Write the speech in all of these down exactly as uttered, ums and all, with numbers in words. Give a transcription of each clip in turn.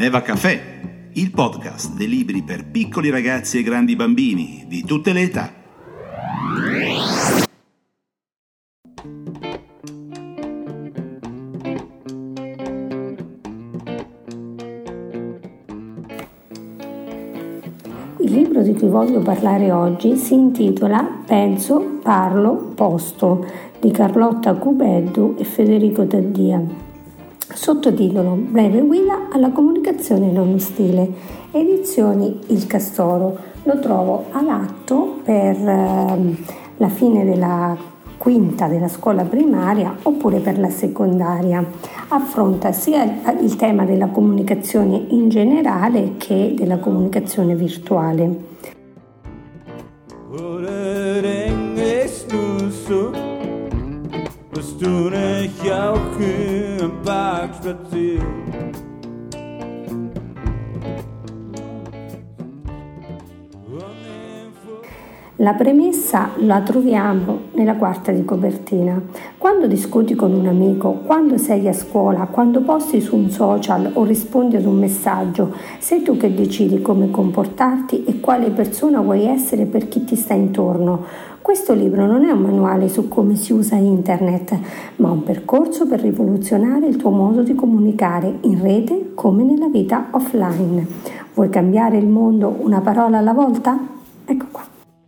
Eva Caffè, il podcast dei libri per piccoli ragazzi e grandi bambini di tutte le età. Il libro di cui voglio parlare oggi si intitola Penso, Parlo, Posto di Carlotta Cubeddu e Federico Taddia. Sottotitolo: Breve guida alla comunicazione non ostile, edizioni Il Castoro. Lo trovo adatto per eh, la fine della quinta della scuola primaria oppure per la secondaria. Affronta sia il tema della comunicazione in generale che della comunicazione virtuale. La premessa la troviamo nella quarta di copertina. Quando discuti con un amico, quando sei a scuola, quando posti su un social o rispondi ad un messaggio, sei tu che decidi come comportarti e quale persona vuoi essere per chi ti sta intorno. Questo libro non è un manuale su come si usa internet, ma un percorso per rivoluzionare il tuo modo di comunicare in rete come nella vita offline. Vuoi cambiare il mondo una parola alla volta? Ecco qua.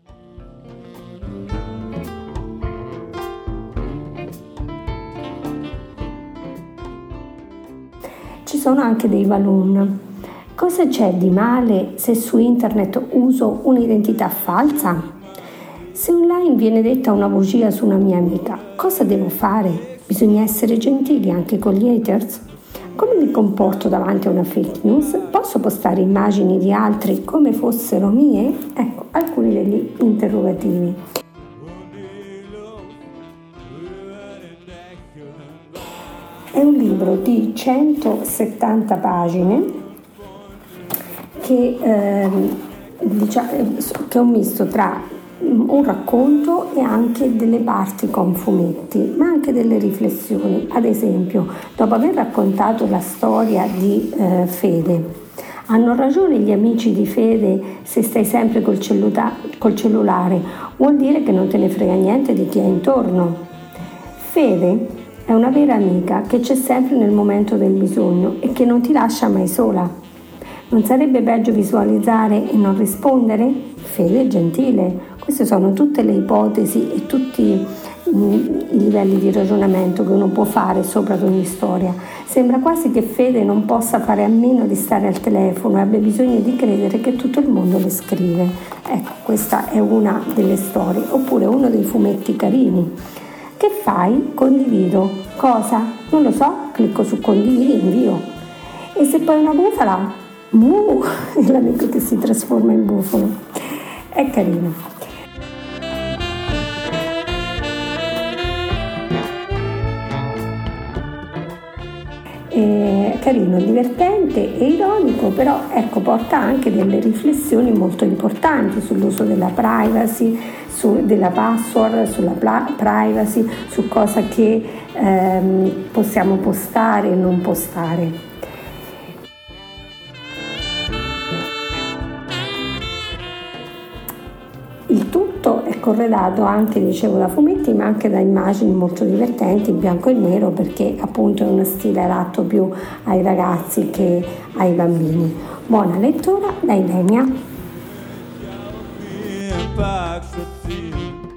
Ci sono anche dei balloon. Cosa c'è di male se su internet uso un'identità falsa? Se online viene detta una bugia su una mia amica, cosa devo fare? Bisogna essere gentili anche con gli haters? Come mi comporto davanti a una fake news? Posso postare immagini di altri come fossero mie? Ecco, alcuni degli interrogativi. È un libro di centosettanta pagine che, eh, diciamo, che è un misto tra un racconto e anche delle parti con fumetti, ma anche delle riflessioni. Ad esempio, dopo aver raccontato la storia di eh, Fede, hanno ragione gli amici di Fede se stai sempre col, celluta- col cellulare? Vuol dire che non te ne frega niente di chi è intorno. Fede è una vera amica che c'è sempre nel momento del bisogno e che non ti lascia mai sola. Non sarebbe peggio visualizzare e non rispondere? Fede è gentile. Queste sono tutte le ipotesi e tutti i livelli di ragionamento che uno può fare sopra ad ogni storia. Sembra quasi che Fede non possa fare a meno di stare al telefono e abbia bisogno di credere che tutto il mondo le scrive. Ecco, questa è una delle storie. Oppure uno dei fumetti carini. Che fai? Condivido. Cosa? Non lo so. Clicco su condividi e invio. E se poi una bufala? Mu! È l'amico che si trasforma in bufalo. È carino. È carino, divertente e ironico, però ecco, porta anche delle riflessioni molto importanti sull'uso della privacy, su, della password, sulla pla- privacy, su cosa che ehm, possiamo postare e non postare. Il tutto è corredato anche, dicevo, da fumetti, ma anche da immagini molto divertenti in bianco e nero, perché appunto è uno stile adatto più ai ragazzi che ai bambini. Buona lettura da Ilenia.